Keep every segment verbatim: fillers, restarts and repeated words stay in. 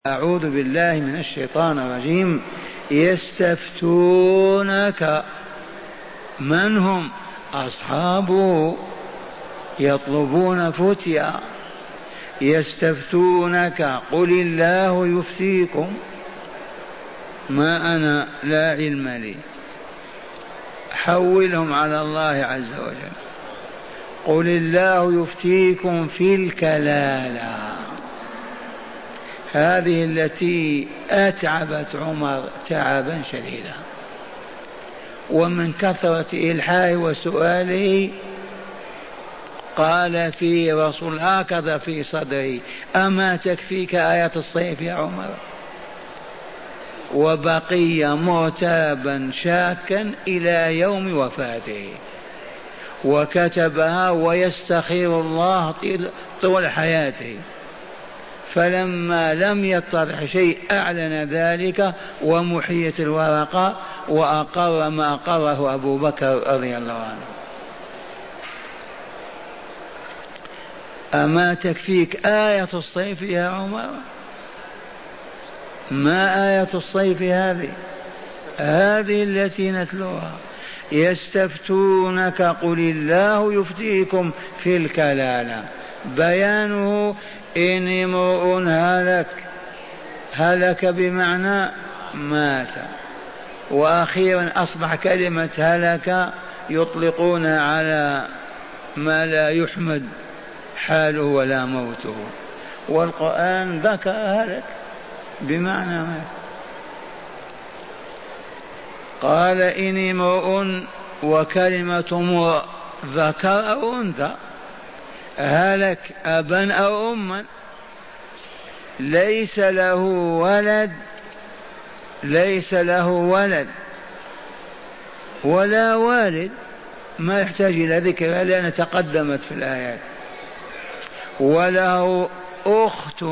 أعوذ بالله من الشيطان الرجيم. يستفتونك، من هم؟ أصحابه يطلبون فتيا. يستفتونك قل الله يفتيكم، ما أنا لا علم لي، حولهم على الله عز وجل. قل الله يفتيكم في الكلالة، هذه التي أتعبت عمر تعبا شديدا، ومن كثرة إلحاه وسؤاله قال في رسول هكذا في صدره: أما تكفيك آية الصيف يا عمر؟ وبقي مرتابا شاكا إلى يوم وفاته، وكتبها ويستخير الله طول حياته، فلما لم يطرح شيء أعلن ذلك ومحيت الورقة وأقر ما أقره أبو بكر رضي الله عنه. أما تكفيك آية الصيف يا عمر؟ ما آية الصيف هذه؟ هذه التي نتلوها. يستفتونك قل الله يفتيكم في الكلالة، بيانه إن امرؤ هلك، هلك بمعنى مات، وأخيرا أصبح كلمة هلك يطلقون على ما لا يحمد حاله ولا موته، والقرآن ذكر هلك بمعنى مات. قال إن امرؤ، وكلمة امرؤ ذكر أو أنثى، هلك أبا أو أما، ليس له ولد، ليس له ولد ولا والد، ما يحتاج إلى ذكر لأنها تقدمت في الآيات، وله أخت،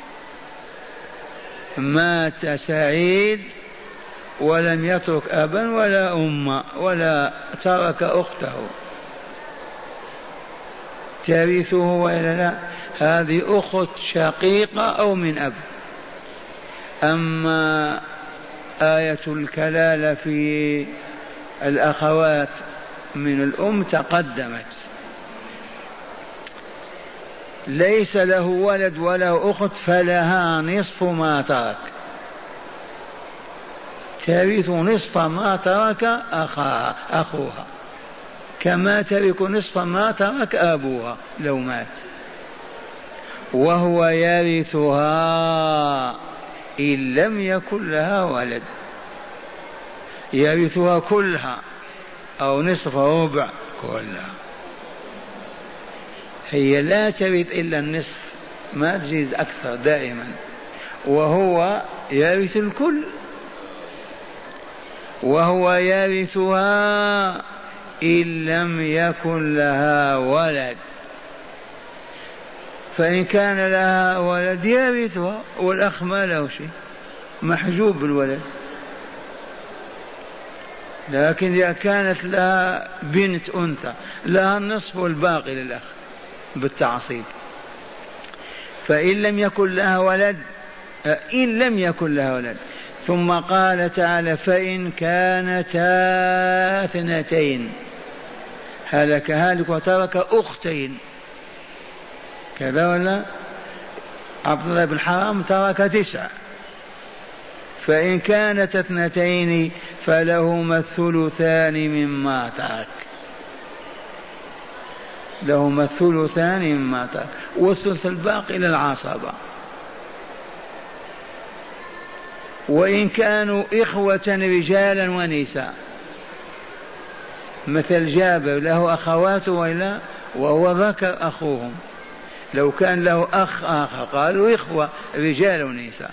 مات سعيد ولم يترك أبا ولا أما ولا ترك أخته، ترثه وإلا لا؟ هذه أخت شقيقة أو من أب. أما آية الكلالة في الأخوات من الأم تقدمت. ليس له ولد ولا أخت فلها نصف ما ترك، ترث نصف ما ترك أخاها أخوها، كما ترك نصف ما ترك أبوها لو مات، وهو يرثها إن لم يكن لها ولد، يرثها كلها أو نصف ربع كلها، هي لا ترث إلا النصف، ما تجيز أكثر دائما، وهو يرث الكل، وهو يرثها إن لم يكن لها ولد، فإن كان لها ولد يرثها، والأخ ما له شيء، محجوب بالولد. لكن إذا كانت لها بنت أنثى لها النصف والباقي للأخ بالتعصيب. فإن لم يكن لها ولد، إن لم يكن لها ولد. ثم قال تعالى: فإن كانتا اثنتين، هلك هالك وترك أختين، كذا ولا؟ عبد الله بن حرام ترك تسعة. فإن كانت اثنتين فلهما الثلثان مما ترك، لهما الثلثان مما ترك، والثلث الباقي للعصبة. وإن كانوا إخوة رجالا ونساء، مثل جابر له أخوات وإلا وهو ذكر أخوهم، لو كان له أخ آخر قالوا إخوة رجال ونساء.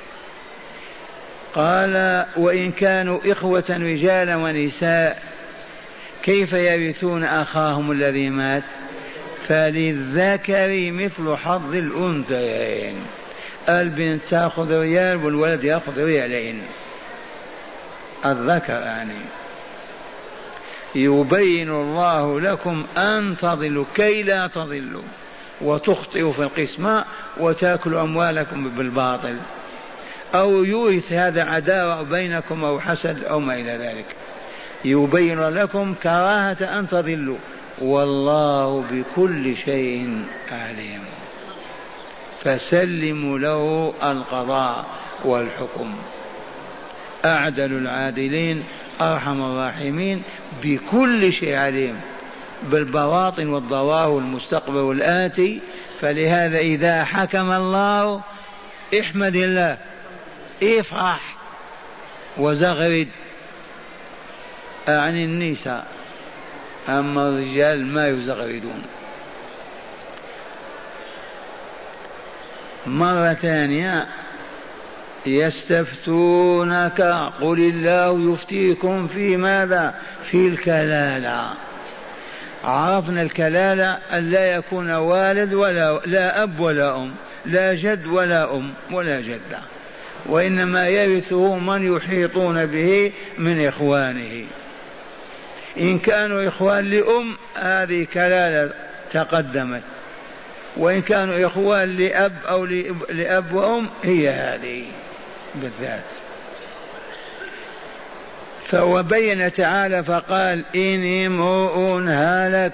قال: وإن كانوا إخوة رجالا ونساء كيف يرثون أخاهم الذي مات؟ فللذكر مثل حظ الأنثيين، البنت تأخذ ريال والولد يأخذ ريالين، الذكر يعني. يبين الله لكم أن تضلوا كي لا تضلوا وتخطئوا في القسمة وتأكلوا أموالكم بالباطل. أو يورث هذا عداوة بينكم أو حسد أو ما إلى ذلك. يبين لكم كراهة أن تضلوا والله بكل شيء عليم. فسلموا له القضاء والحكم. أعدل العادلين أرحم الراحمين بكل شيء عليم، بالبواطن والظواهر والمستقبل والآتي. فلهذا إذا حكم الله احمد الله، افرح وزغرد عن النساء، أما الرجال ما يزغردون. مرة ثانية يستفتونك قل الله يفتيكم في ماذا؟ في الكلالة. عرفنا الكلالة أن لا يكون والد ولا لا أب ولا أم، لا جد ولا أم ولا جدة، وإنما يرثه من يحيطون به من إخوانه. إن كانوا إخوان لأم هذه كلالة تقدمت، وإن كانوا إخوان لأب أو لأب وأم هي هذه بالذات. فوبين تعالى فقال إن امرؤ هلك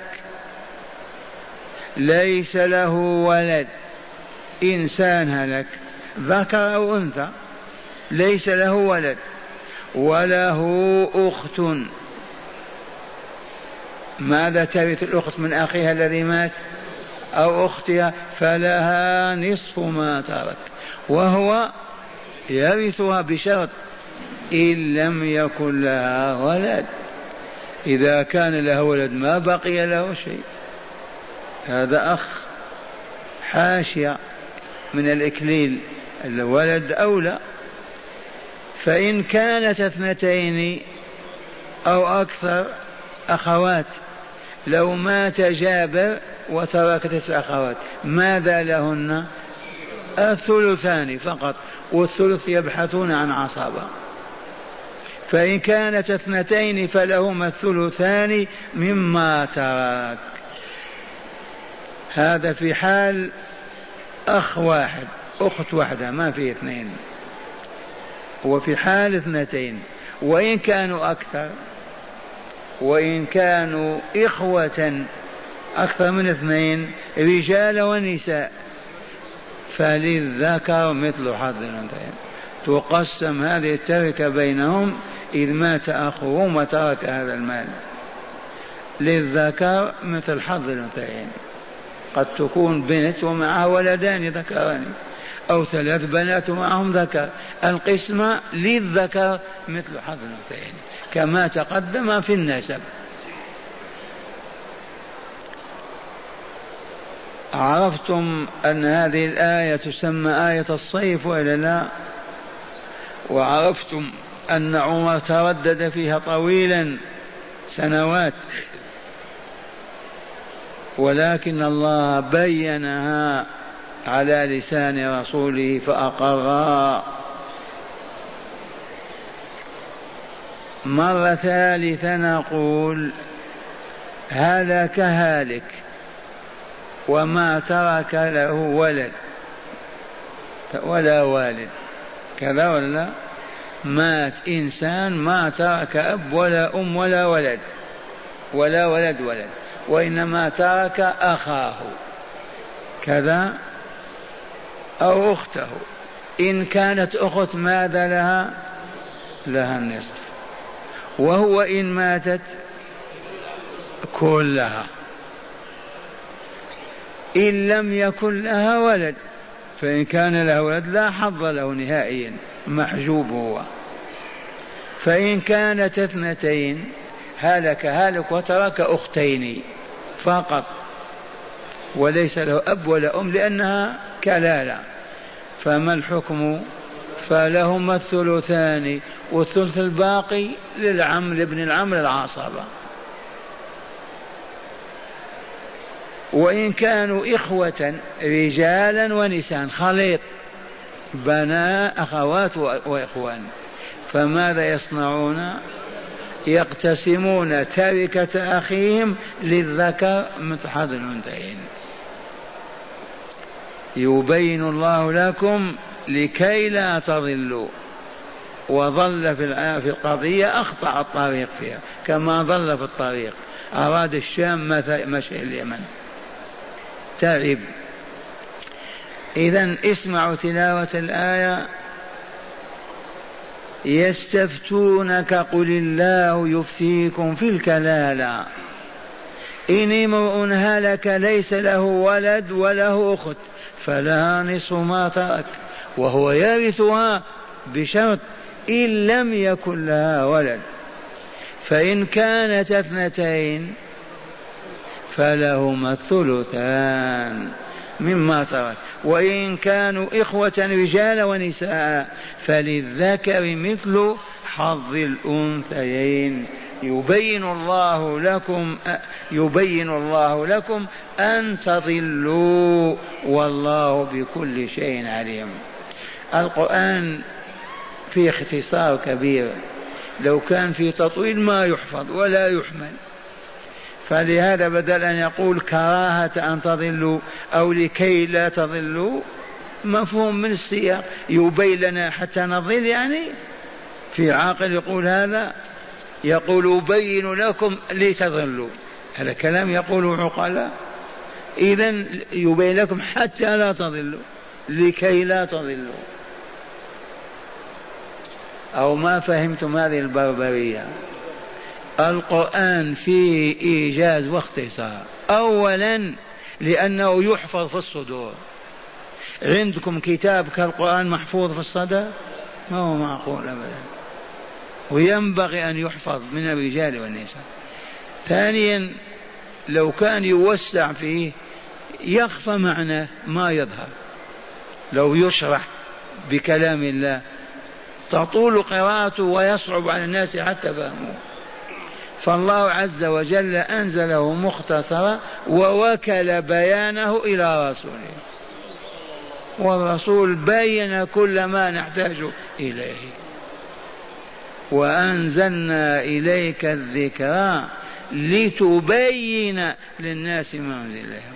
ليس له ولد، إنسان هلك ذكر أو أنثى ليس له ولد وله أخت، ماذا ترث الأخت من أخيها الذي مات أو أختها؟ فلها نصف ما ترك، وهو يرثها بشرط إن لم يكن لها ولد. إذا كان لها ولد ما بقي له شيء، هذا أخ حاشية من الإكليل، الولد أولى. فإن كانت اثنتين أو أكثر أخوات، لو مات جابر وترك تسع أخوات ماذا لهن؟ الثلثان فقط، والثلث يبحثون عن عصابة. فإن كانت اثنتين فلهما الثلثان مما ترك. هذا في حال أخ واحد أخت واحدة ما في اثنين، وفي حال اثنتين. وإن كانوا أكثر، وإن كانوا إخوة أكثر من اثنين رجال ونساء فللذكر مثل حظ الأنثيين. تقسم هذه التركة بينهم إذ مات أخوهم وترك هذا المال. للذكر مثل حظ الأنثيين، قد تكون بنت ومعها ولدان ذكران، أو ثلاث بنات ومعهم ذكر. القسمة للذكر مثل حظ الأنثيين كما تقدم في النسب. عرفتم أن هذه الآية تسمى آية الصيف وإلا لا؟ وعرفتم أن عمر تردد فيها طويلا سنوات، ولكن الله بينها على لسان رسوله فأقرها. مرة ثالثة نقول هلك هالك وما ترك له ولد ولا والد، كذا ولا؟ مات إنسان ما ترك أب ولا أم ولا ولد ولا ولد ولد، وإنما ترك أخاه كذا أو أخته. إن كانت أخت ماذا لها؟ لها النصف. وهو إن ماتت كلها. إن لم يكن لها ولد، فإن كان لها ولد لا حظ له نهائيا، محجوب هو. فإن كانت اثنتين هلك هالك وترك أختين فقط وليس له أب ولا أم لأنها كلالة، فما الحكم؟ فلهما الثلثان، والثلث الباقي للعم لابن العم العصبة. وإن كانوا إخوة رجالا ونساء خليط بناء أخوات وإخوان فماذا يصنعون؟ يقتسمون تركة أخيهم للذكر مثل حظ الأنثيين. يبين الله لكم لكي لا تضلوا، وظل في القضية أخطأ الطريق فيها كما ظل في الطريق، أراد الشام مشي اليمن تعب. إذن اسمعوا تلاوة الآية: يستفتونك قل الله يفتيكم في الكلالة إن امرؤ هلك ليس له ولد وله أخت فلها نصف ما ترك وهو يرثها بشرط إن لم يكن لها ولد، فإن كانت اثنتين فلهما الثلثان مما ترك، وإن كانوا إخوة رجال ونساء فللذكر مثل حظ الأنثيين يبين الله لكم يبين الله لكم أن تضلوا والله بكل شيء عليم. القرآن في اختصار كبير، لو كان في تطويل ما يحفظ ولا يحمل، فلهذا بدل أن يقول كراهة أن تضلوا أو لكي لا تضلوا، مفهوم من السياق يبين لنا حتى نضل. يعني في عاقل يقول هذا؟ يقول يبين لكم لتضلوا، هذا كلام يقول عقلاء. إذن يبين لكم حتى لا تضلوا لكي لا تضلوا. أو ما فهمتم هذه البربرية؟ القرآن فيه إيجاز واختصار. أولا لأنه يحفظ في الصدور. عندكم كتاب كالقرآن محفوظ في الصدر؟ ما هو معقول أبدا، وينبغي أن يحفظ من الرجال والنساء. ثانيا لو كان يوسع فيه يخفى معناه ما يظهر، لو يشرح بكلام الله تطول قراءته ويصعب على الناس حتى فهمه. فالله عز وجل أنزله مختصرا ووكل بيانه إلى رسوله، والرسول بين كل ما نحتاج إليه. وأنزلنا إليك الذكرى لتبين للناس ما أنزل إليهم.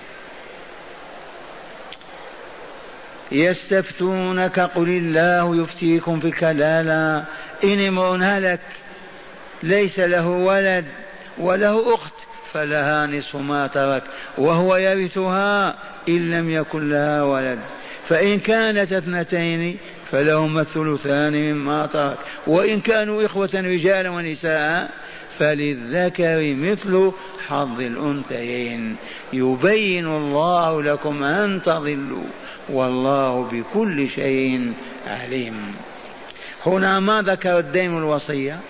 يستفتونك قل الله يفتيكم في الكلالة إن امرؤ هلك ليس له ولد وله أخت فلها نصف ما ترك وهو يرثها إن لم يكن لها ولد، فإن كانت اثنتين فلهما الثلثان مما ترك، وإن كانوا إخوة رجالا ونساء فللذكر مثل حظ الأنثيين يبين الله لكم أن تضلوا والله بكل شيء عليم. هنا ما ذكر الدين الوصية،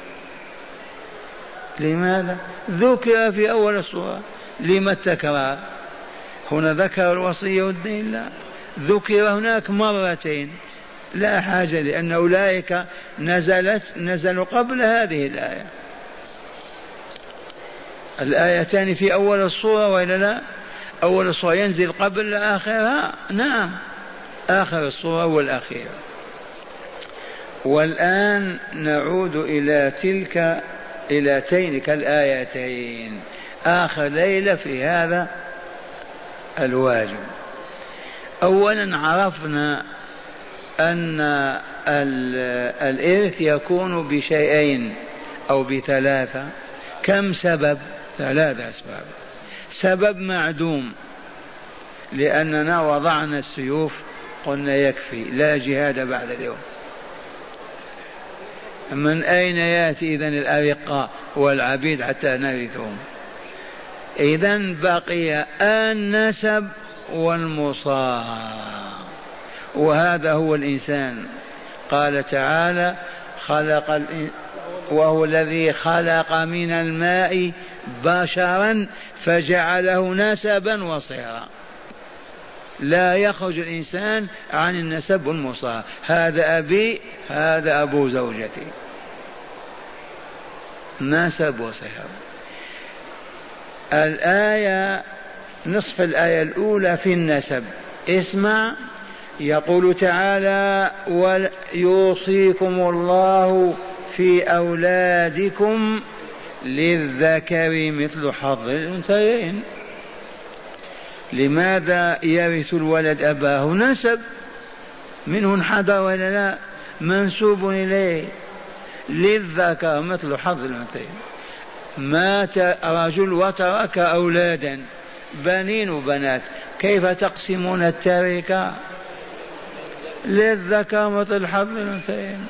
لماذا؟ ذكر في أول السورة، لما التكرار؟ هنا ذكر الوصية والدين، لا، ذكر هناك مرتين، لا حاجة، لأن أولئك نزلت نزلوا قبل هذه الآية. الآيتان في أول السورة وإلا لا؟ أول السورة ينزل قبل آخرها، نعم، آخر السورة والأخيرة. والآن نعود إلى تلك إلى تلك الآيتين، آخر ليلة في هذا الواجب. أولا عرفنا أن الإرث يكون بشيئين أو بثلاثة. كم سبب؟ ثلاثة أسباب. سبب معدوم، لأننا وضعنا السيوف قلنا يكفي، لا جهاد بعد اليوم. من أين يأتي إذن الأرقاء والعبيد حتى نرثهم؟ إذن بقي النسب والمصاهرة، وهذا هو الإنسان. قال تعالى خلق الإنسان وهو الذي خلق من الماء بشرا فجعله نسبا وصهرا. لا يخرج الإنسان عن النسب والمصاهرة، هذا أبي هذا أبو زوجتي، نسب وصهر. الآية نصف الآية الأولى في النسب. اسمع، يقول تعالى ويوصيكم الله في أولادكم للذكر مثل حظ الأنثيين. لماذا يرث الولد أباه؟ نسب، منه انحدر ولا لا؟ منسوب إليه. للذكر مثل حظ الأنثيين. مات رجل وترك أولادا بنين وبنات، كيف تقسمون التركة؟ للذكر مثل حظ الأنثيين.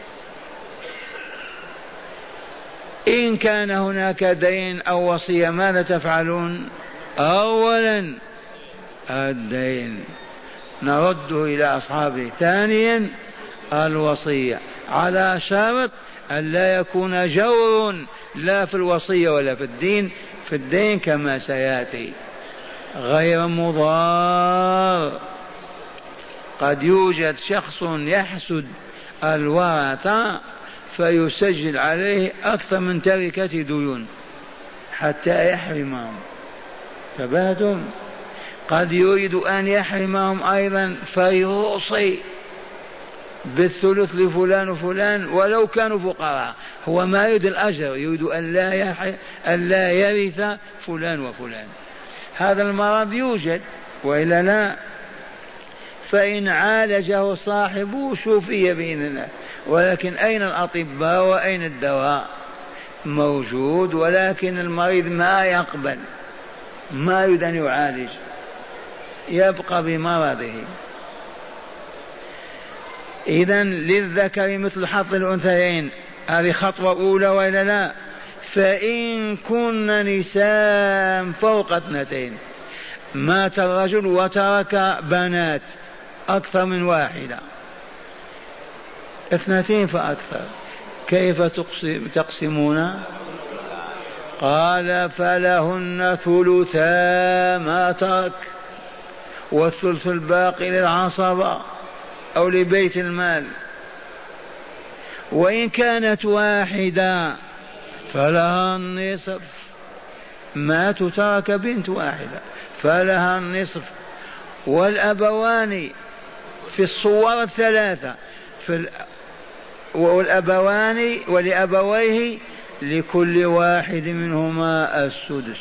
إن كان هناك دين أو وصية ماذا تفعلون؟ أولا الدين نرده إلى أصحابه، ثانيا الوصية، على شرط أن لا يكون جور لا في الوصية ولا في الدين في الدين كما سيأتي، غير مضار. قد يوجد شخص يحسد الورثة فيسجل عليه أكثر من تركة ديون حتى يحرمهم، تبهتم. قد يريد أن يحرمهم أيضا فيوصي بالثلث لفلان وفلان ولو كانوا فقراء، هو ما يريد الأجر، يريد أن لا, يح... أن لا يرث فلان وفلان. هذا المرض يوجد وإلا لا؟ فإن عالجه صاحبه شفي بإذن الله، ولكن أين الأطباء وأين الدواء؟ موجود، ولكن المريض ما يقبل، ما يريد أن يعالج، يبقى بمرضه. إذن للذكر مثل حظ الأنثيين، هذه خطوة أولى وإلا لا؟ فإن كن نساء فوق اثنتين، مات الرجل وترك بنات أكثر من واحدة، اثنتين فأكثر، كيف تقسمون؟ قال فلهن ثلثا ما ترك، والثلث الباقي للعصبة أو لبيت المال. وإن كانت واحدة فلها النصف، ما تترك بنت واحدة فلها النصف. والأبوان في الصور الثلاثة في ال... والأبوان ولأبويه لكل واحد منهما السدس.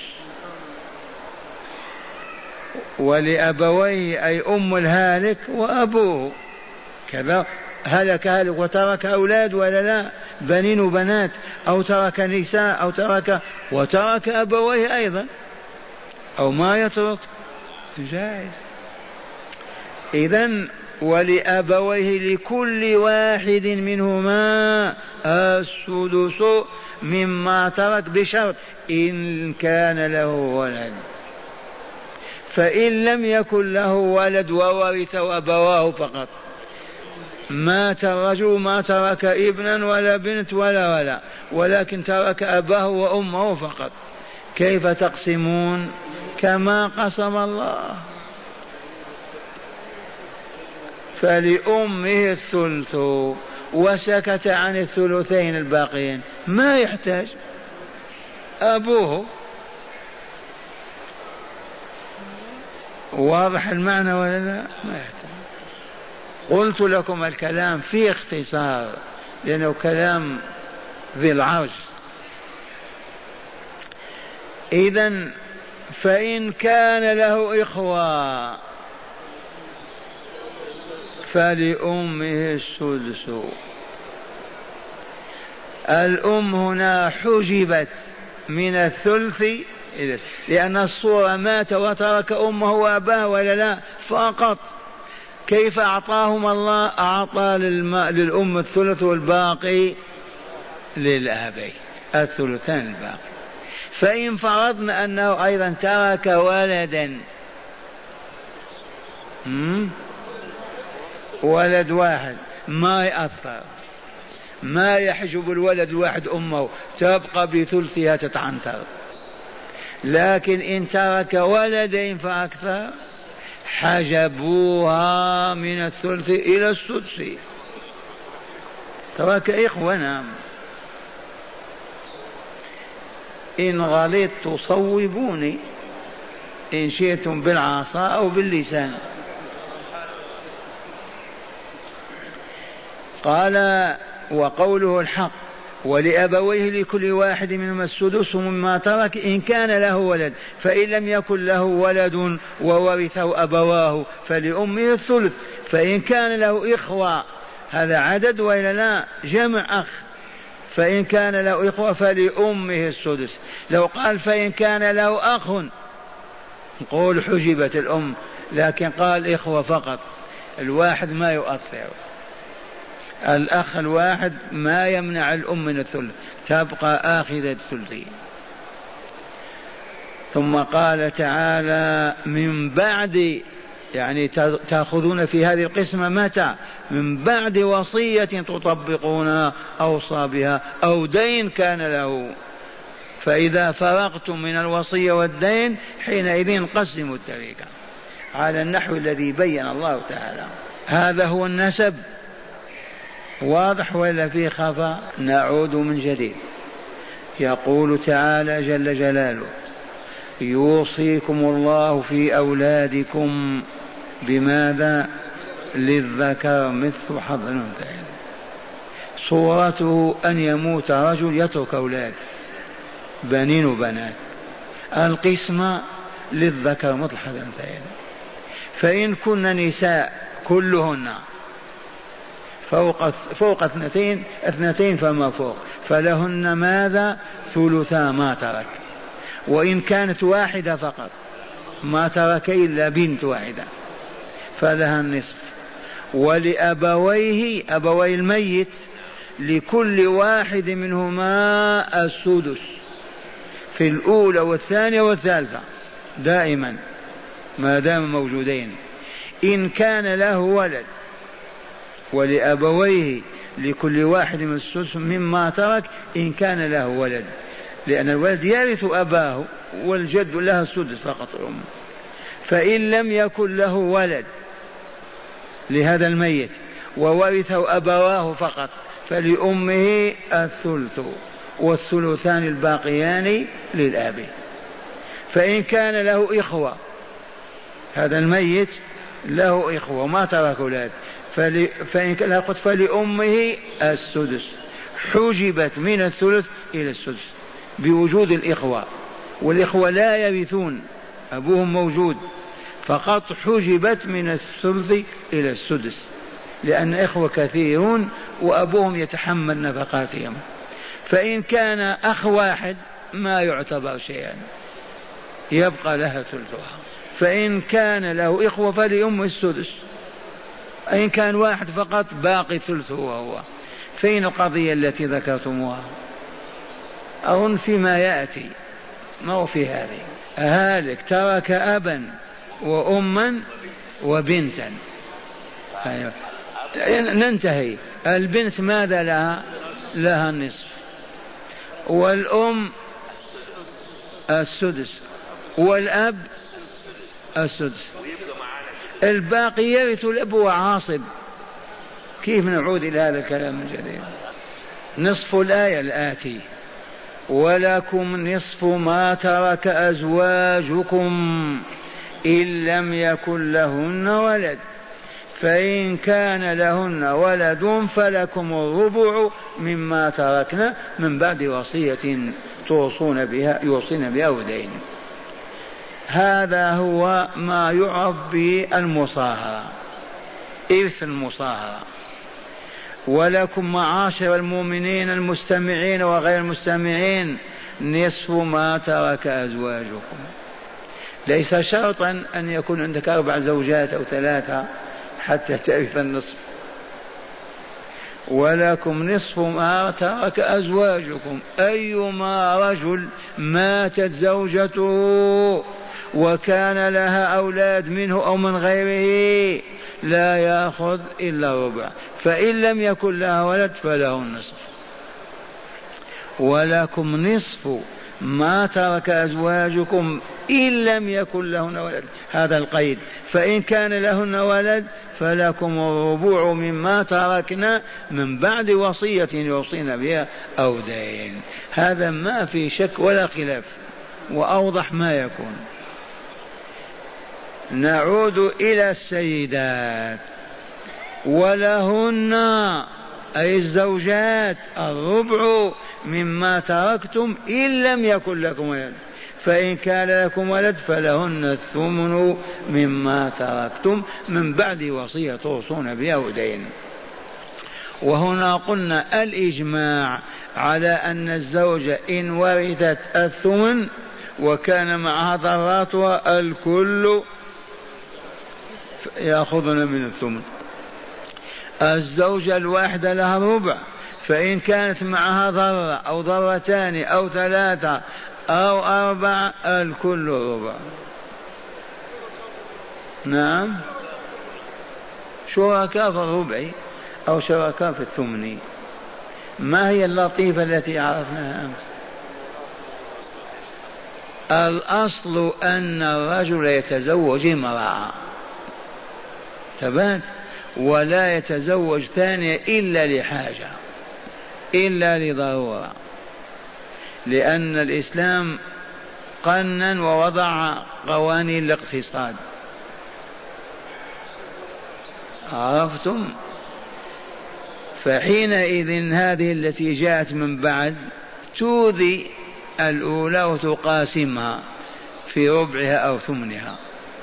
ولأبويه أي أم الهالك وأبوه كذا، هلك هلك وترك أولاد ولا لا؟ بنين وبنات، أو ترك نساء، أو ترك وترك أبويه أيضا، أو ما يترك جائز. إذن ولأبويه لكل واحد منهما السدس مما ترك، بشرط إن كان له ولد. فإن لم يكن له ولد وورثه أبواه فقط، مات الرجل ما ترك ابنا ولا بنت ولا ولا، ولكن ترك أباه وأمه فقط، كيف تقسمون؟ كما قسم الله. فلأمه الثلث، وسكت عن الثلثين الباقيين، ما يحتاج أبوه. واضح المعنى ولا لا؟ ما يحتاج. قلت لكم الكلام فيه اختصار لأنه كلام ذي العرش. إذن فإن كان له إخوة فلأمه السدس. الأم هنا حجبت من الثلث لأن الصورة مات وترك أمه وأباه ولا لا فقط. كيف أعطاهم الله؟ أعطى للأم الثلث والباقي للأبي، الثلثان الباقي. فإن فرضنا أنه أيضا ترك ولدا، ولد واحد، ما يأثر، ما يحجب الولد الواحد أمه، تبقى بثلثها تتعنتر. لكن إن ترك ولدين فأكثر حجبوها من الثلث إلى السدس. ترك إخوة، نعم. إن غلطت صوبوني إن شئتم بالعصا أو باللسان. قال وقوله الحق ولأبويه لكل واحد منهما السدس مما ترك إن كان له ولد، فإن لم يكن له ولد وورثه أبواه فلأمه الثلث، فإن كان له إخوة هذا عدد وإلا لا جمع أخ، فإن كان له إخوة فلأمه السدس. لو قال فإن كان له أخ نقول حجبت الأم، لكن قال إخوة فقط، الواحد ما يؤثر، الأخ الواحد ما يمنع الأم من الثلث، تبقى آخذة الثلثين. ثم قال تعالى من بعد، يعني تأخذون في هذه القسمة متى؟ من بعد وصية تطبقونها أوصى بها أو دين كان له، فإذا فرغتم من الوصية والدين حينئذ قسموا التركة على النحو الذي بين الله تعالى. هذا هو النسب، واضح ولا فيه خفاء؟ نعود من جديد. يقول تعالى جل جلاله يوصيكم الله في أولادكم بماذا؟ للذكر مثل حظ الأنثيين. صورته أن يموت رجل يترك أولاد بنين وبنات، القسمة للذكر مثل حظ الأنثيين. فإن كن نساء كلهن فوق فوق اثنتين اثنتين فما فوق فلهن ماذا؟ ثلثا ما ترك. وإن كانت واحدة فقط ما ترك إلا بنت واحدة فلها النصف. ولأبويه أبوي الميت لكل واحد منهما السدس في الأولى والثانية والثالثة دائما ما دام موجودين إن كان له ولد. ولأبويه لكل واحد من السدس مما ترك إن كان له ولد، لأن الولد يرث أباه والجد لها السدس فقط الأم. فإن لم يكن له ولد لهذا الميت وورثه أبواه فقط فلأمه الثلث والثلثان الباقيان للأب. فإن كان له إخوة، هذا الميت له إخوة ما ترك أولاد، فإن كان له فلأمه السدس، حجبت من الثلث إلى السدس بوجود الإخوة، والإخوة لا يرثون أبوهم موجود، فقط حجبت من الثلث إلى السدس لأن إخوة كثيرون وأبوهم يتحمل نفقاتهم. فإن كان أخ واحد ما يعتبر شيئا يبقى لها ثلثها. فإن كان له إخوة فلأمه السدس، إن كان واحد فقط باقي ثلثه هو. فين القضية التي ذكرتموها؟ أظن فيما يأتي، ما هو في هذه. هالك ترك أبا وأما وبنتا، ننتهي. البنت ماذا لها؟ لها النصف، والأم السدس، والأب السدس، الباقي يرث الأب وعاصب. كيف نعود إلى هذا الكلام من جديد؟ نصف الآية الآتي ولكم نصف ما ترك أزواجكم إن لم يكن لهن ولد، فإن كان لهن ولد فلكم الربع مما تركنا من بعد وصية توصون بها يوصين بها أو دين. هذا هو ما يعرف بالمصاهرة، إرث المصاهرة. ولكم معاشر المؤمنين المستمعين وغير المستمعين نصف ما ترك أزواجكم. ليس شرطا أن يكون عندك أربع زوجات أو ثلاثة حتى ترث النصف. ولكم نصف ما ترك أزواجكم، أيما رجل ماتت زوجته وكان لها أولاد منه أو من غيره لا يأخذ إلا ربع، فإن لم يكن لها ولد فله النصف. ولكم نصف ما ترك أزواجكم إن لم يكن لهن ولد، هذا القيد. فإن كان لهن ولد فلكم الربع مما تركنا من بعد وصية يوصين بها أو دين. هذا ما في شك ولا خلاف، وأوضح ما يكون. نعود إلى السيدات. ولهن أي الزوجات الربع مما تركتم إن لم يكن لكم ولد، فإن كان لكم ولد فلهن الثمن مما تركتم من بعد وصية توصون بها ودين. وهنا قلنا الإجماع على أن الزوجة إن ورثت الثمن وكان معها ضراتها الكل يأخذون من الثمن. الزوجة الواحدة لها الربع، فإن كانت معها ضرة أو ضرتان أو ثلاثة أو أربعة الكل ربع. نعم، شركاء في الربع أو شركاء في الثمن. ما هي اللطيفة التي عرفناها أمس؟ الأصل أن الرجل يتزوج امرأة ثبات، ولا يتزوج ثانية إلا لحاجة إلا لضرورة، لأن الإسلام قنن ووضع قوانين الاقتصاد. عرفتم؟ فحينئذ هذه التي جاءت من بعد تؤذي الأولى وتقاسمها في ربعها أو ثمنها.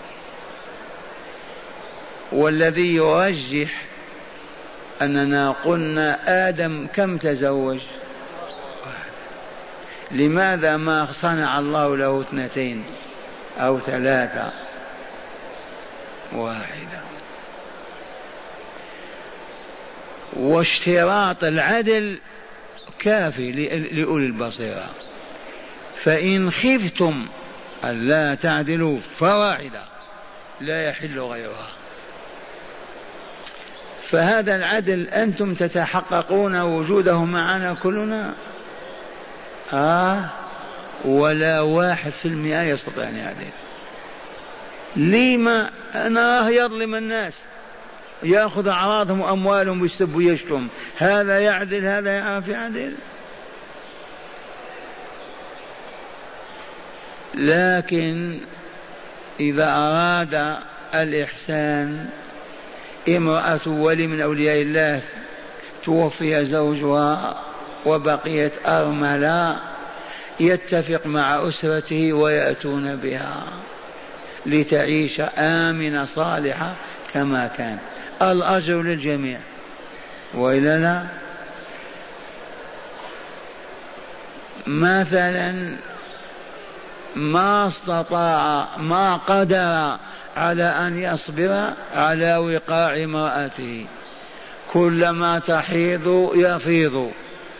والذي يرجح أننا قلنا آدم كم تزوج؟ لماذا ما صنع الله له اثنتين أو ثلاثة؟ واحدة. واشتراط العدل كافي لأولي البصيرة، فإن خفتم ألا تعدلوا فواحدة لا يحل غيرها. فهذا العدل أنتم تتحققون وجوده معنا كلنا، آه ولا واحد في المئة يستطيع أن يعدل. لما أنا يظلم الناس، يأخذ أعراضهم وأموالهم ويسب ويشتم، هذا يعدل هذا يعرف يعدل؟ لكن إذا أراد الإحسان، امرأة ولي من أولياء الله توفي زوجها وبقيت أرملة، يتفق مع أسرته ويأتون بها لتعيش آمنة صالحة كما كان، الأجر للجميع. وإلا لا؟ مثلا ما استطاع ما قدر على أن يصبر على وقاع امرأته، كلما تحيض يفيض،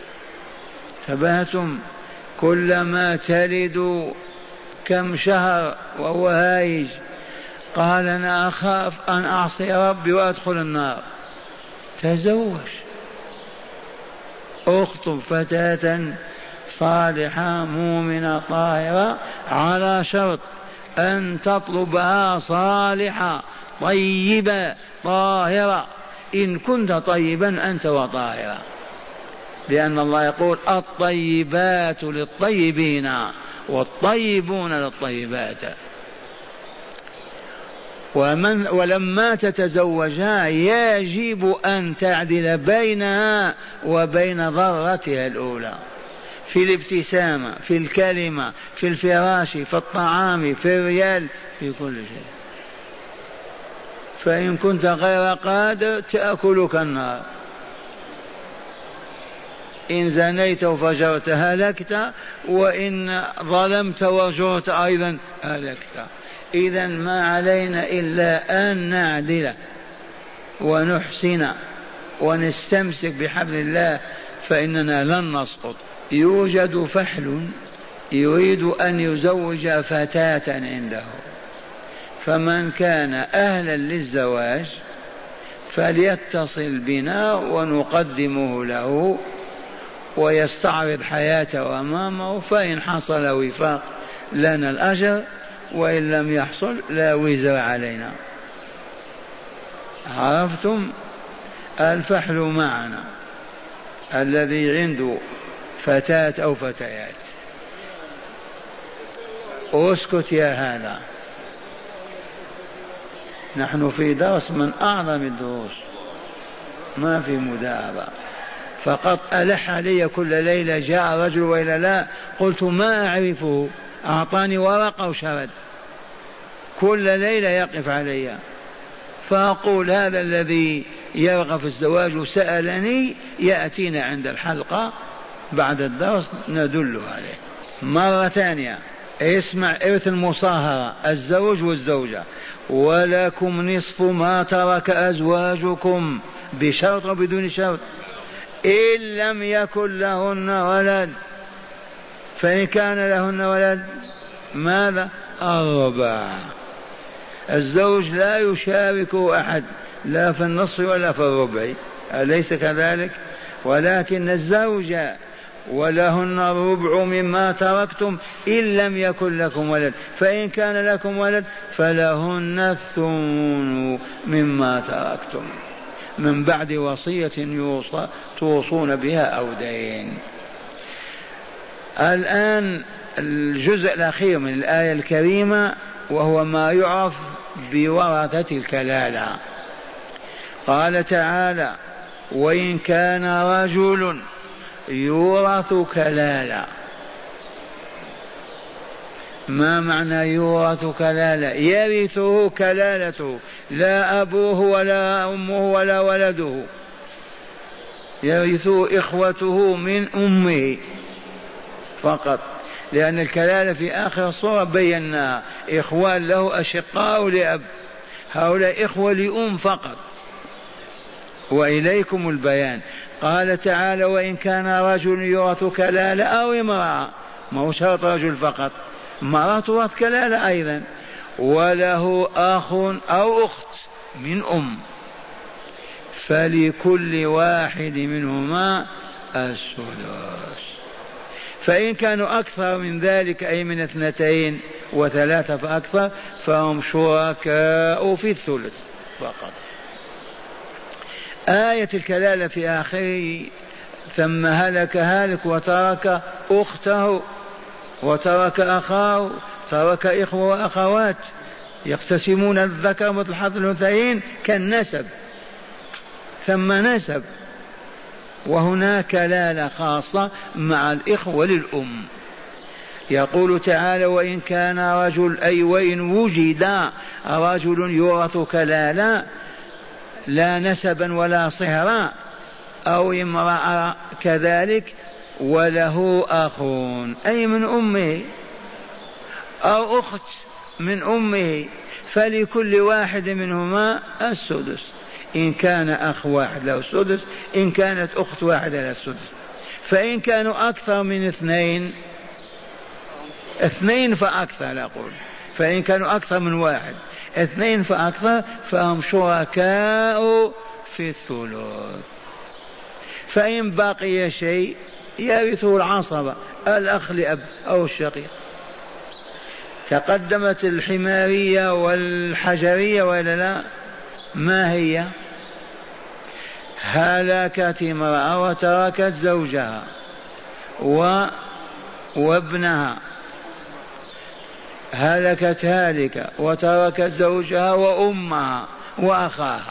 ثباتم، كلما تلد كم شهر وهو هايج، قال أنا أخاف أن أعصي ربي وأدخل النار، تزوج، اخطب فتاة صالحة مؤمنة طاهرة على شرط أن تطلبها صالحة طيبة طاهرة، إن كنت طيبا أنت وطاهرة، لأن الله يقول الطيبات للطيبين والطيبون للطيبات. ومن ولما تتزوجها يجب أن تعدل بينها وبين ضرتها الأولى في الابتسامة، في الكلمة، في الفراش، في الطعام، في الريال، في كل شيء. فإن كنت غير قادر تأكلك النار، إن زنيت وفجرت هلكت، وإن ظلمت وجرت أيضا هلكت. إذا ما علينا إلا أن نعدل ونحسن ونستمسك بحبل الله، فإننا لن نسقط. يوجد فحل يريد أن يزوج فتاة عنده، فمن كان أهلا للزواج فليتصل بنا ونقدمه له ويستعرض حياته أمامه، فإن حصل وفاق لنا الأجر، وإن لم يحصل لا وزر علينا. عرفتم؟ الفحل معنا الذي عنده فتاة أو فتيات. اسكت يا هذا، نحن في درس من أعظم الدروس، ما في مداعبة. فقط ألح علي كل ليلة جاء رجل وإلا لا، قلت ما أعرفه، أعطاني ورقة وشرد، كل ليلة يقف علي، فأقول هذا الذي يرغب في الزواج سألني، يأتينا عند الحلقة بعد الدرس ندل عليه. مرة ثانية اسمع إرث المصاهرة، الزوج والزوجة، ولكم نصف ما ترك أزواجكم بشرط وبدون شرط إن لم يكن لهن ولد، فإن كان لهن ولد ماذا؟ الربع. الزوج لا يشاركه أحد لا في النصف ولا في الربع، أليس كذلك؟ ولكن الزوجة ولهن الربع مما تركتم إن لم يكن لكم ولد، فإن كان لكم ولد فلهن الثمن مما تركتم من بعد وصية توصون بها أو دين. الآن الجزء الأخير من الآية الكريمة وهو ما يعرف بورثة الكلالة. قال تعالى: وإن كان رجل يورث كلالة. ما معنى يورث كلالة؟ يرثه كلالته، لا أبوه ولا أمه ولا ولده، يرثه إخوته من أمه فقط، لأن الكلالة في آخر الصورة بيناها إخوان له أشقاء لأب، هؤلاء إخوة لأم فقط. وإليكم البيان. قال تعالى: وإن كان رجل يورث كلالة أو امرأة، ما هو شرط رجل فقط، امرأة تورث كلالة أيضا، وله أخ أو أخت من أم، فلكل واحد منهما السدس. فإن كانوا أكثر من ذلك أي من اثنتين وثلاثة فأكثر فهم شركاء في الثلث فقط. آية الكلالة في آخره: ثم هلك هالك وترك أخته وترك أخاه، ترك إخوة وأخوات يقتسمون الذكر مثل حظ الأنثيين كالنسب، ثم نسب، وهناك كلالة خاصة مع الإخوة للأم. يقول تعالى: وإن كان رجل، أي وإن وجد رجل يورث كلالة لا نسبا ولا صهرا، أو امرأة كذلك وله أخ أي من أمه أو أخت من أمه، فلكل واحد منهما السدس. إن كان أخ واحد له السدس، إن كانت أخت واحدة له السدس. فإن كانوا أكثر من اثنين، اثنين فأكثر نقول، فإن كانوا أكثر من واحد اثنين فأكثر فهم شركاء في الثلث. فإن بقي شيء يرثه العصبة، الأخ لأب أو الشقيق. تقدمت الحمارية والحجرية ولا لا؟ ما هي؟ هلكت امرأة وتركت زوجها و... وابنها، هلكت هالكة وتركت زوجها وأمها وأخاها.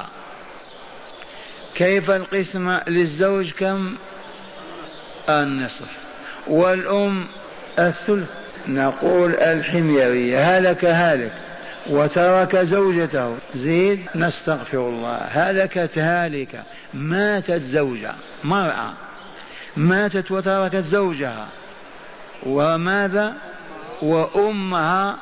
كيف القسمة؟ للزوج كم؟ النصف، والأم الثلث. نقول الحميرية: هلك هالك وترك زوجته، زيد نستغفر الله. هلكت هالكة، ماتت زوجة، مرأة ماتت وتركت زوجها وماذا؟ وأمها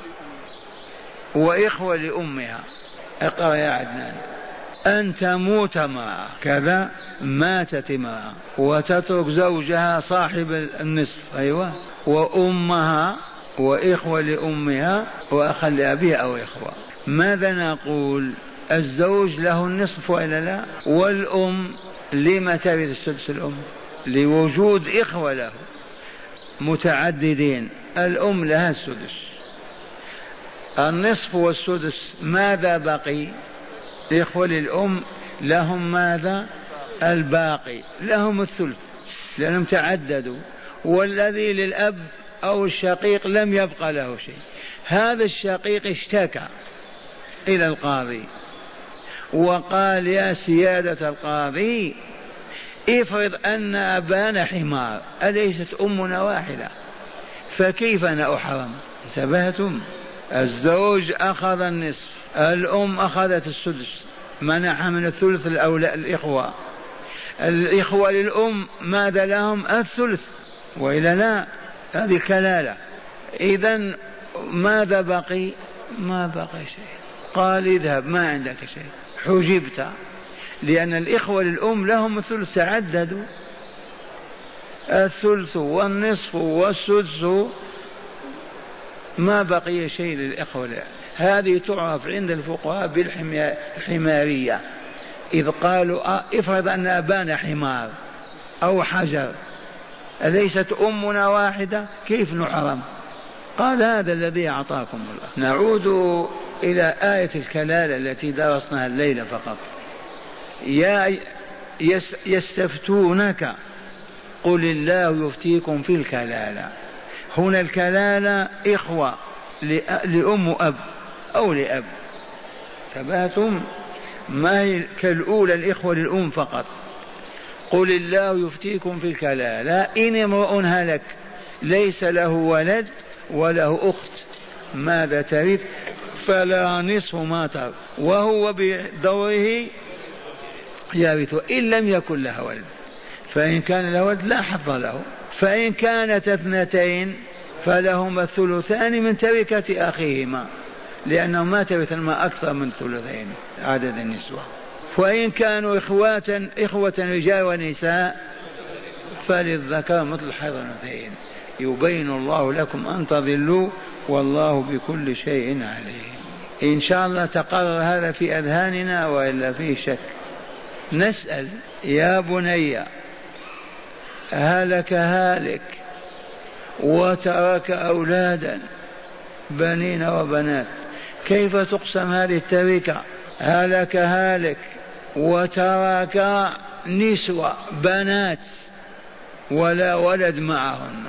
وإخوة لأمها. اقرأ يا عدنان: أن تموت امرأة كذا، ماتت امرأة وتترك زوجها صاحب النصف، أيوة، وأمها وإخوة لأمها وأخا لأبيها أو إخوة. ماذا نقول؟ الزوج له النصف وإلا لا؟ والأم لما ترث السدس؟ الأم لوجود إخوة له متعددين، الأم لها السدس. النصف والسدس، ماذا بقي؟ الإخوة للأم لهم ماذا؟ الباقي، لهم الثلث لأنهم تعددوا. والذي للأب أو الشقيق لم يبقى له شيء. هذا الشقيق اشتكى إلى القاضي وقال: يا سيادة القاضي، افرض أن أبانا حمار، أليست أمنا واحدة؟ فكيف أنا أحرم؟ انتبهتم؟ الزوج أخذ النصف، الأم أخذت السدس، منع من الثلث الأولى الإخوة، الإخوة للأم ماذا لهم؟ الثلث، وإلا لا؟ هذه كلالة. إذن ماذا بقي؟ ما بقي شيء. قال اذهب ما عندك شيء، حجبت، لأن الإخوة للأم لهم الثلث، تعددوا، الثلث والنصف والسدس، ما بقي شيء للإخوة. هذه تعرف عند الفقهاء بالحمارية، إذ قالوا افرض أن أبانا حمار أو حجر، أليست أمنا واحدة؟ كيف نحرم؟ قال هذا الذي أعطاكم الله. نعود إلى آية الكلالة التي درسناها الليلة فقط. يا يستفتونك قل الله يفتيكم في الكلالة. هنا الكلالة إخوة لأم أب أو لأب، تباتم، ما هي كالأولى الإخوة للأم فقط. قل الله يفتيكم في الكلالة إن امرؤ هلك ليس له ولد وله أخت ماذا ترث؟ فلا نصف ما ترك وهو بدوره يرث إن لم يكن له ولد، فإن كان له ولد لا حظ له، فإن كانت اثنتين فلهما الثلثان من تركة أخيهما، لأنه ما ترث الماء أكثر من ثلثين عدد النسوة. وإن كانوا إخوة إخوة رجال ونساء فللذكر مثل حظ الأنثيين. يبين الله لكم أن تضلوا والله بكل شيء عليم. إن شاء الله تقرر هذا في أذهاننا وإلا فيه شك. نسأل يا بني هلك هالك وترك أولادا بنين وبنات، كيف تقسم هذه التركة؟ هلك هالك وترك نسوة بنات ولا ولد معهن،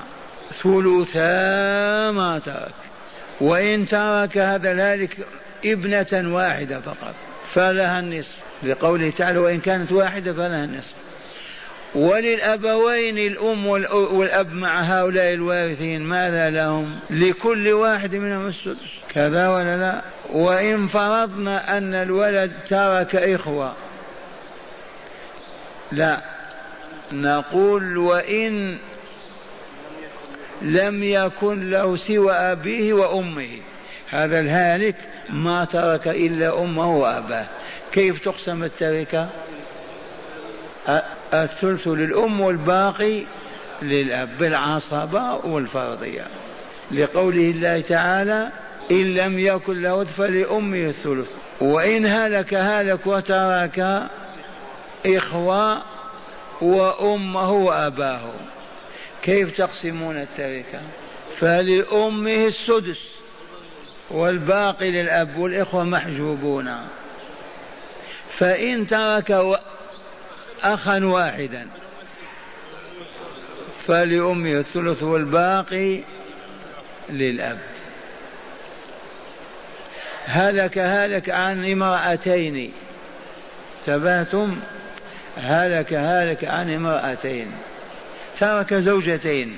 ثلثا ما ترك. وإن ترك هذا ذلك ابنة واحدة فقط فلها النصف، لقوله تعالى وإن كانت واحدة فلها النصف. وللأبوين الأم والأب مع هؤلاء الوارثين ماذا لهم؟ لكل واحد منهم السدس، كذا ولا لا؟ وإن فرضنا أن الولد ترك إخوة، لا، نقول وإن لم يكن له سوى أبيه وأمه، هذا الهالك ما ترك إلا أمه وأباه، كيف تقسم التركة؟ الثلث للأم والباقي للأب بالعصبة والفرضية، لقوله الله تعالى إن لم يكن له فلأمه الثلث. وإن هلك هلك وترك إخوة وأمه وأباه، كيف تقسمون التركة؟ فلأمه السدس والباقي للأب والإخوة محجوبون. فإن ترك أخا واحدا فلأمه الثلث والباقي للأب. هلك هلك عن امرأتين، ثباتم، هلك هلك عن امرأتين، ترك زوجتين،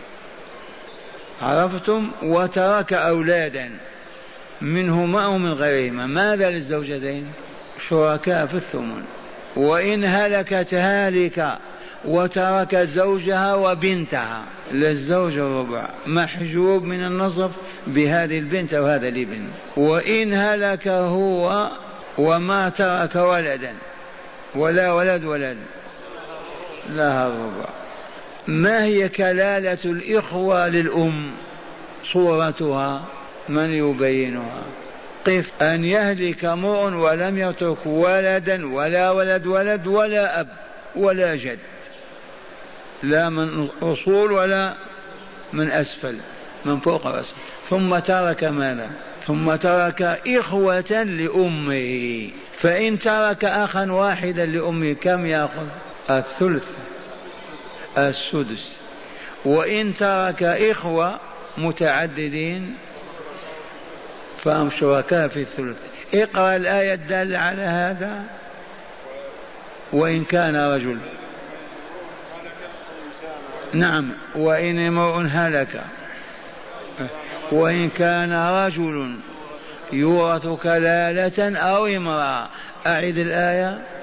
عرفتم، وترك أولادا منهما أو من غيرهما، ماذا للزوجتين؟ شركاء في الثمن. وإن هلكت هالك وترك زوجها وبنتها للزوج الربع، محجوب من النصف بهذه البنت أو هذا الابن. وإن هلك هو وما ترك ولدا ولا ولد ولد لها الربع. ما هي كلالة الإخوة للأم؟ صورتها من يبينها؟ قف أن يهلك امرؤ ولم يترك ولدا ولا ولد ولد ولا أب ولا جد، لا من أصول ولا من أسفل، من فوق رأسه، ثم ترك ماذا؟ ثم ترك إخوة لأمه، فإن ترك أخا واحدا لأمه كم يأخذ؟ الثلث، السدس. وإن ترك إخوة متعددين فهم شركاء في الثلث. اقرأ الآية الدالة على هذا. وإن كان رجل نعم وإن امرؤ هلك وإن كان رجل يورث كلالة أو امرأة. أعد الآية.